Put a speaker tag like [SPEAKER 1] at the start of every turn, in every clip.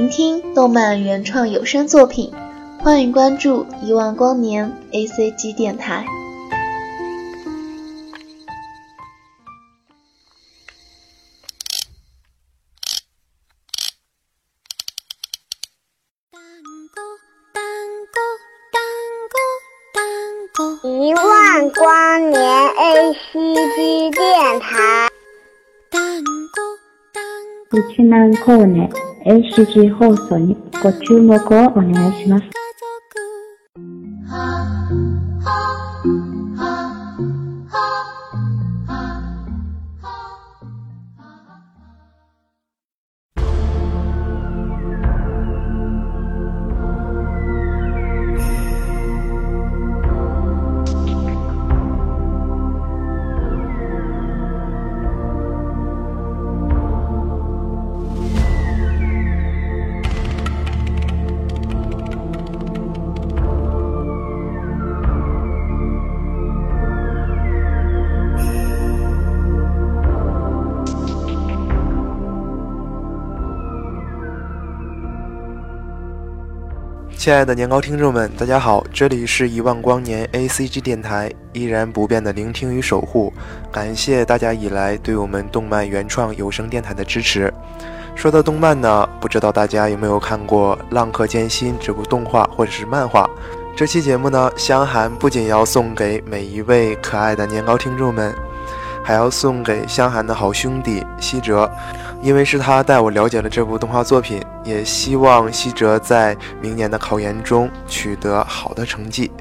[SPEAKER 1] 聆听动漫原创有声作品，欢迎关注一万光年 ACG 电台。
[SPEAKER 2] 一万光年 ACG 電台
[SPEAKER 3] 1万光年 ACG 放送にご注目をお願いします。
[SPEAKER 4] 亲爱的年糕听众们，大家好，这里是一万光年 ACG 电台，依然不变的聆听与守护，感谢大家以来对我们动漫原创有声电台的支持。说到动漫呢，不知道大家有没有看过《浪客剑心》这部动画或者是漫画。这期节目呢，香涵不仅要送给每一位可爱的年糕听众们，还要送给香涵的好兄弟西哲，因为是他带我了解了这部动画作品，也希望西哲在明年的考研中取得好的成绩。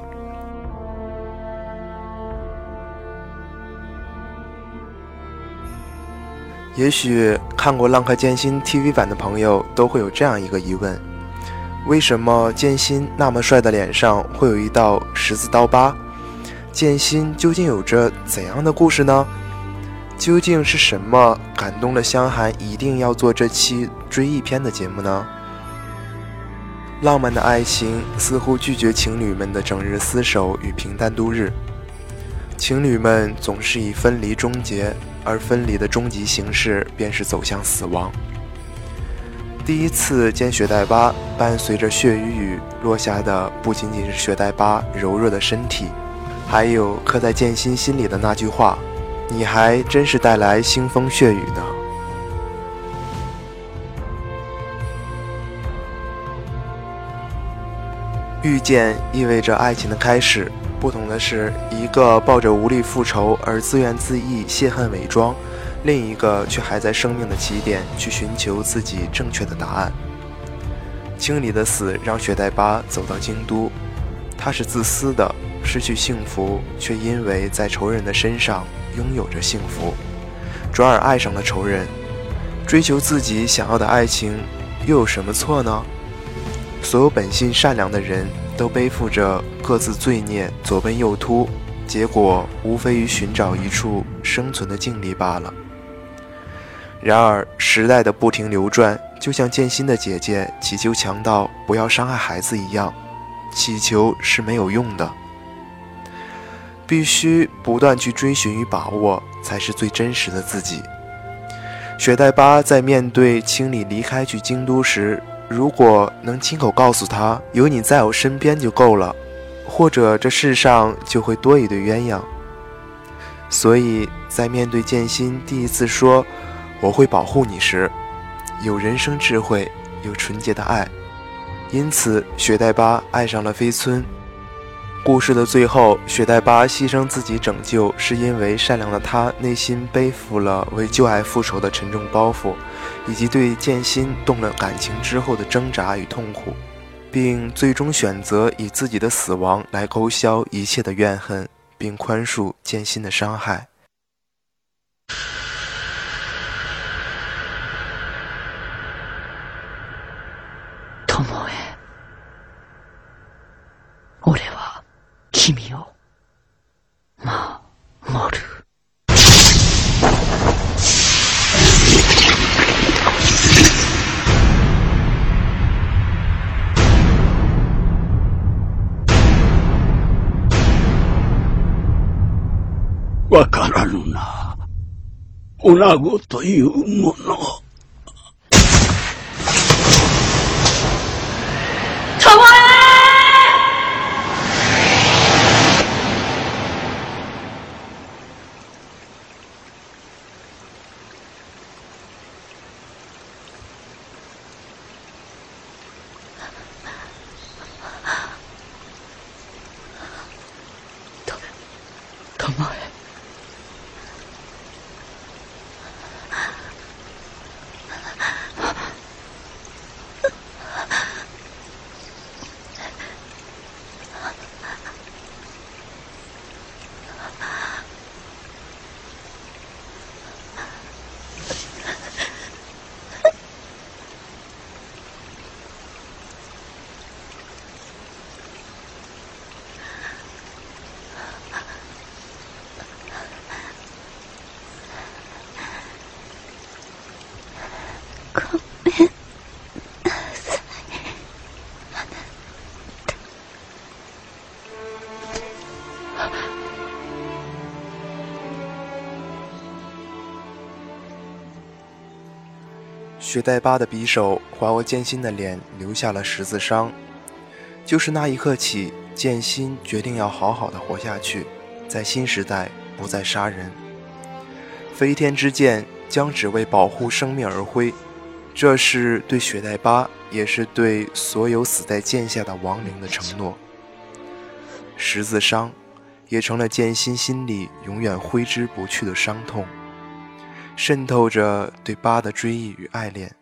[SPEAKER 4] 也许看过《浪客剑心》TV 版的朋友都会有这样一个疑问：为什么剑心那么帅的脸上会有一道十字刀疤？剑心究竟有着怎样的故事呢？究竟是什么感动了香涵一定要做这期追忆篇的节目呢？浪漫的爱情似乎拒绝情侣们的整日厮守与平淡度日，情侣们总是以分离终结，而分离的终极形式便是走向死亡。第一次见雪代巴，伴随着血与雨落下的不仅仅是雪代巴柔弱的身体，还有刻在剑心心里的那句话：你还真是带来腥风血雨呢。遇见意味着爱情的开始，不同的是，一个抱着无力复仇而自怨自艾、泄恨伪装，另一个却还在生命的起点去寻求自己正确的答案。青离的死让雪代巴走到京都，他是自私的，失去幸福，却因为在仇人的身上拥有着幸福，转而爱上了仇人。追求自己想要的爱情又有什么错呢？所有本性善良的人都背负着各自罪孽，左奔右突，结果无非于寻找一处生存的境地罢了。然而时代的不停流转，就像剑心的姐姐祈求强盗不要伤害孩子一样，祈求是没有用的，必须不断去追寻与把握，才是最真实的自己。雪代巴在面对青离离开去京都时，如果能亲口告诉他有你在我身边就够了，或者这世上就会多一对鸳鸯。所以在面对剑心第一次说我会保护你时，有人生智慧，有纯洁的爱。因此雪代巴爱上了飞村。故事的最后，雪代巴牺牲自己拯救，是因为善良的他内心背负了为旧爱复仇的沉重包袱，以及对剑心动了感情之后的挣扎与痛苦，并最终选择以自己的死亡来勾销一切的怨恨，并宽恕剑心的伤害。
[SPEAKER 5] 友へ、俺は君を守る。
[SPEAKER 6] わからぬな、女子というもの。
[SPEAKER 5] え。
[SPEAKER 4] 雪代巴的匕首划过剑心的脸，留下了十字伤。就是那一刻起，剑心决定要好好的活下去，在新时代不再杀人。飞天之剑将只为保护生命而挥，这是对雪代巴，也是对所有死在剑下的亡灵的承诺。十字伤也成了剑心心里永远挥之不去的伤痛，渗透着对巴的追忆与爱恋。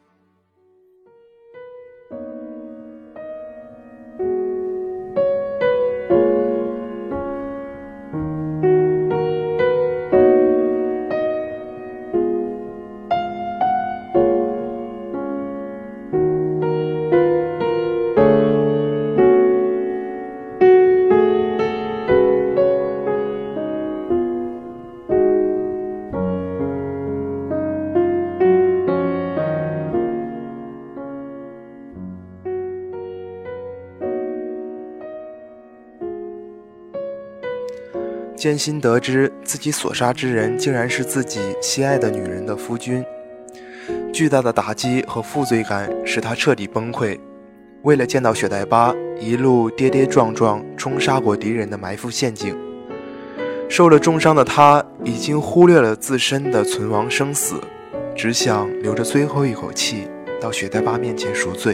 [SPEAKER 4] 剑心得知自己所杀之人竟然是自己心爱的女人的夫君，巨大的打击和负罪感使他彻底崩溃。为了见到雪代巴，一路跌跌撞撞冲杀过敌人的埋伏陷阱。受了重伤的他已经忽略了自身的存亡生死，只想留着最后一口气到雪代巴面前赎罪。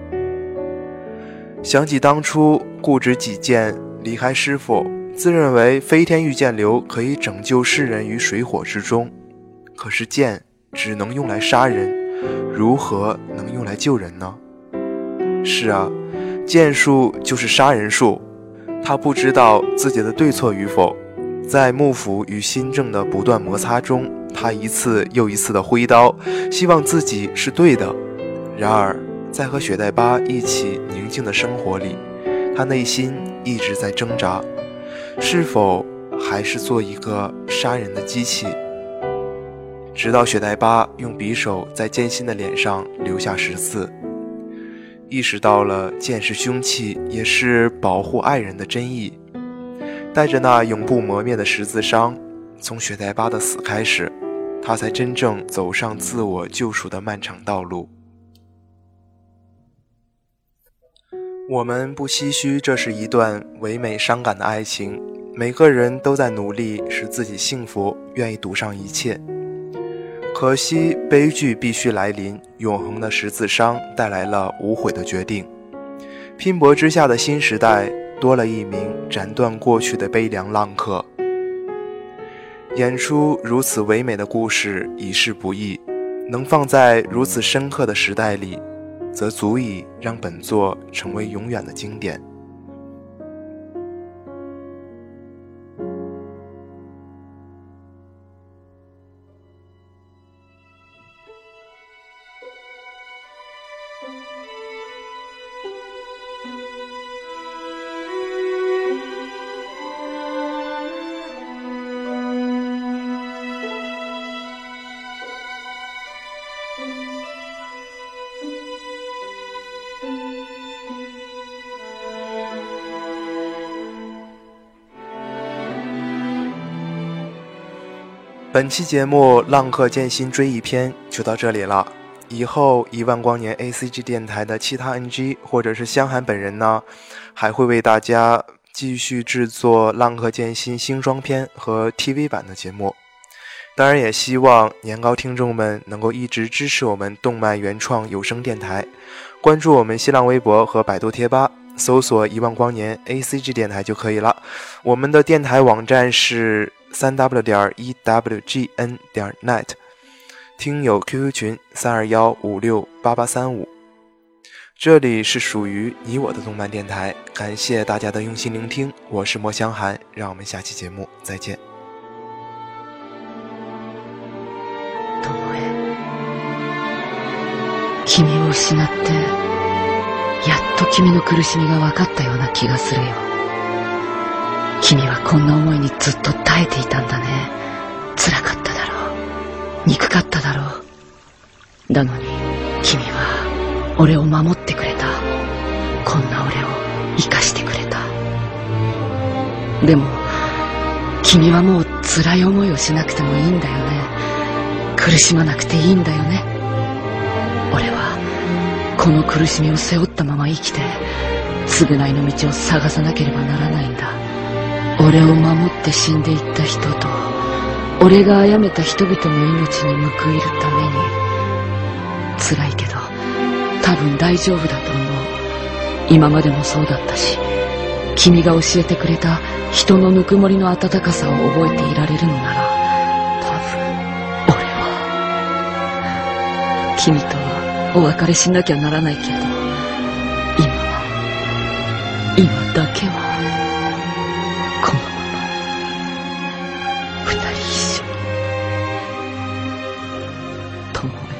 [SPEAKER 4] 想起当初固执己见，离开师父，自认为飞天御剑流可以拯救世人于水火之中，可是剑只能用来杀人，如何能用来救人呢？是啊，剑术就是杀人术。他不知道自己的对错与否，在幕府与新政的不断摩擦中，他一次又一次的挥刀，希望自己是对的。然而在和雪代巴一起宁静的生活里，他内心一直在挣扎，是否还是做一个杀人的机器？直到雪代巴用匕首在剑心的脸上留下10字，意识到了剑是凶器，也是保护爱人的真意。带着那永不磨灭的十字伤，从雪代巴的死开始，他才真正走上自我救赎的漫长道路。我们不唏嘘这是一段唯美伤感的爱情，每个人都在努力使自己幸福，愿意赌上一切。可惜悲剧必须来临，永恒的十字伤带来了无悔的决定。拼搏之下的新时代，多了一名斩断过去的悲凉浪客。演出如此唯美的故事已是不易，能放在如此深刻的时代里，则足以让本作成为永远的经典。本期节目《浪客剑心追忆篇》就到这里了。以后10000光年 ACG 电台的其他 NG 或者是香涵本人呢，还会为大家继续制作《浪客剑心星装篇》和 TV 版的节目。当然也希望年糕听众们能够一直支持我们动漫原创有声电台，关注我们新浪微博和百度贴吧，搜索10000光年 ACG 电台就可以了。我们的电台网站是 3w.ewgn.net， 听友 QQ 群321568835。这里是属于你我的动漫电台，感谢大家的用心聆听，我是莫香寒，让我们下期节目再见。
[SPEAKER 5] 君を失ってやっと君の苦しみが分かったような気がするよ。君はこんな思いにずっと耐えていたんだね。辛かっただろう、憎かっただろう。だのに君は俺を守ってくれた。こんな俺を生かしてくれた。でも君はもう辛い思いをしなくてもいいんだよね。苦しまなくていいんだよね。俺はこの苦しみを背負ったまま生きて償いの道を探さなければならないんだ。俺を守って死んでいった人と俺が殺めた人々の命に報いるために。辛いけど多分大丈夫だと思う。今までもそうだったし、君が教えてくれた人のぬくもりの温かさを覚えていられるのなら、多分俺は君とはお別れしなきゃならないけど、今だけはこのまま二人一緒に。友へ。